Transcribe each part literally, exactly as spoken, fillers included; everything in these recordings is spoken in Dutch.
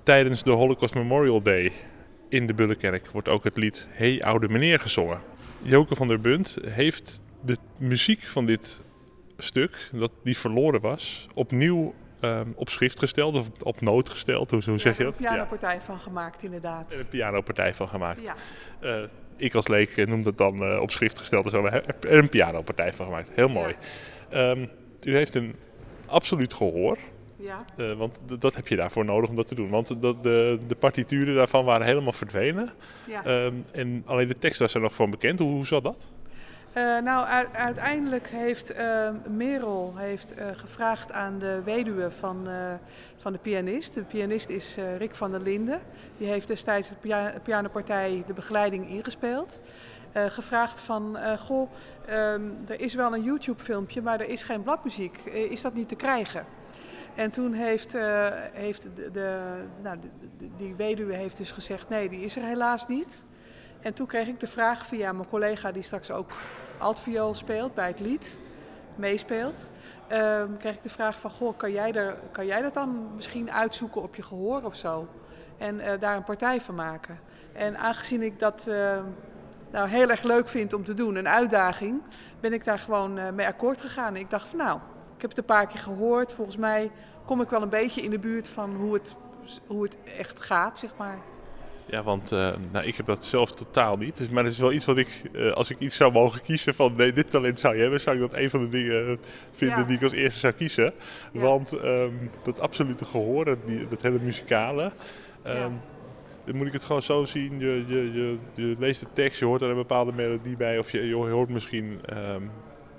tijdens de Holocaust Memorial Day in de Bullenkerk wordt ook het lied Hey Oude Meneer gezongen. Joke van der Bunt heeft de muziek van dit stuk, dat die verloren was, opnieuw um, op schrift gesteld, of op noot gesteld, hoe, hoe zeg je dat? Er is een pianopartij ja. van gemaakt, inderdaad. Er een pianopartij van gemaakt. Ja. Uh, ik als leek noem dat dan uh, op schrift gesteld, dus er een pianopartij van gemaakt. Heel mooi. Ja. Um, u heeft een absoluut gehoor. Ja. Uh, want d- dat heb je daarvoor nodig om dat te doen. Want de, de, de partituren daarvan waren helemaal verdwenen. Ja. Um, en alleen de tekst was er nog van bekend. Hoe, hoe zat dat? Uh, nou, u- uiteindelijk heeft uh, Merel heeft, uh, gevraagd aan de weduwe van, uh, van de pianist. De pianist is uh, Rick van der Linden. Die heeft destijds de pia- pianopartij de begeleiding ingespeeld. Uh, gevraagd van, uh, goh, um, er is wel een YouTube filmpje, maar er is geen bladmuziek. Uh, is dat niet te krijgen? En toen heeft, uh, heeft de, de, nou, de, de, die weduwe heeft dus gezegd, nee, die is er helaas niet. En toen kreeg ik de vraag via mijn collega die straks ook altviool speelt bij het lied, meespeelt. Uh, kreeg ik de vraag van, goh, kan jij, er, kan jij dat dan misschien uitzoeken op je gehoor of zo? En uh, daar een partij van maken. En aangezien ik dat uh, nou, heel erg leuk vind om te doen, een uitdaging, ben ik daar gewoon uh, mee akkoord gegaan. Ik dacht van nou, ik heb het een paar keer gehoord. Volgens mij kom ik wel een beetje in de buurt van hoe het, hoe het echt gaat, zeg maar. Ja, want uh, nou, ik heb dat zelf totaal niet. Dus, maar het is wel iets wat ik, uh, als ik iets zou mogen kiezen van nee, dit talent zou je hebben, zou ik dat een van de dingen vinden ja. die ik als eerste zou kiezen. Ja. Want um, dat absolute gehoor, dat, die, dat hele muzikale, um, ja. dan moet ik het gewoon zo zien. Je, je, je, je leest de tekst, je hoort er een bepaalde melodie bij of je, je hoort misschien um,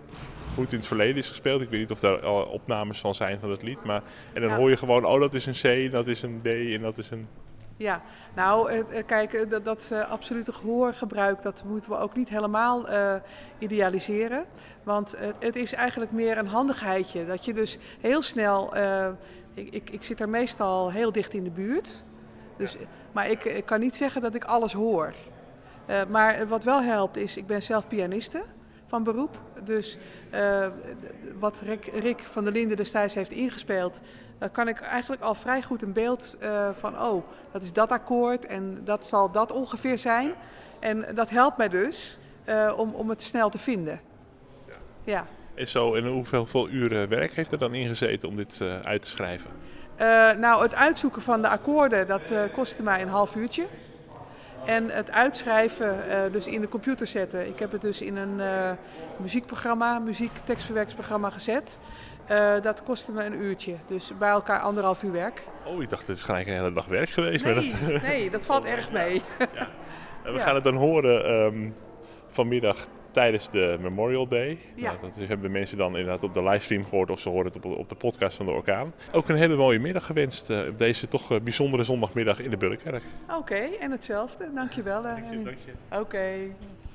hoe het in het verleden is gespeeld. Ik weet niet of daar al opnames van zijn van het lied. Maar, en dan ja. hoor je gewoon, oh dat is een C, dat is een D en dat is een... Ja, nou kijk, dat, dat uh, absolute gehoorgebruik, dat moeten we ook niet helemaal uh, idealiseren. Want uh, het is eigenlijk meer een handigheidje. Dat je dus heel snel, uh, ik, ik, ik zit er meestal heel dicht in de buurt. Dus, maar ik, ik kan niet zeggen dat ik alles hoor. Uh, maar wat wel helpt is, ik ben zelf pianiste van beroep. Dus uh, wat Rick, Rick van der Linden destijds heeft ingespeeld, dan kan ik eigenlijk al vrij goed een beeld uh, van, oh, dat is dat akkoord en dat zal dat ongeveer zijn. En dat helpt mij dus uh, om, om het snel te vinden. Ja. Ja. En zo, en hoeveel, hoeveel uren werk heeft er dan ingezeten om dit uh, uit te schrijven? Uh, nou, het uitzoeken van de akkoorden, dat uh, kostte mij een half uurtje. En het uitschrijven, uh, dus in de computer zetten. Ik heb het dus in een uh, muziekprogramma, muziek-tekstverwerksprogramma gezet. Uh, dat kostte me een uurtje. Dus bij elkaar anderhalf uur werk. Oh, ik dacht, het is gelijk een hele dag werk geweest. Nee, maar dat... nee, dat valt erg mee. Ja. En we ja. gaan het dan horen um, vanmiddag tijdens de Memorial Day. Ja. Nou, dat hebben mensen dan inderdaad op de livestream gehoord of ze horen het op, op de podcast van de Orkaan. Ook een hele mooie middag gewenst uh, op deze toch uh, bijzondere zondagmiddag in de Bullenkerk. Oké, okay, en hetzelfde. Dankjewel. Dank je, dank je. Oké. Okay.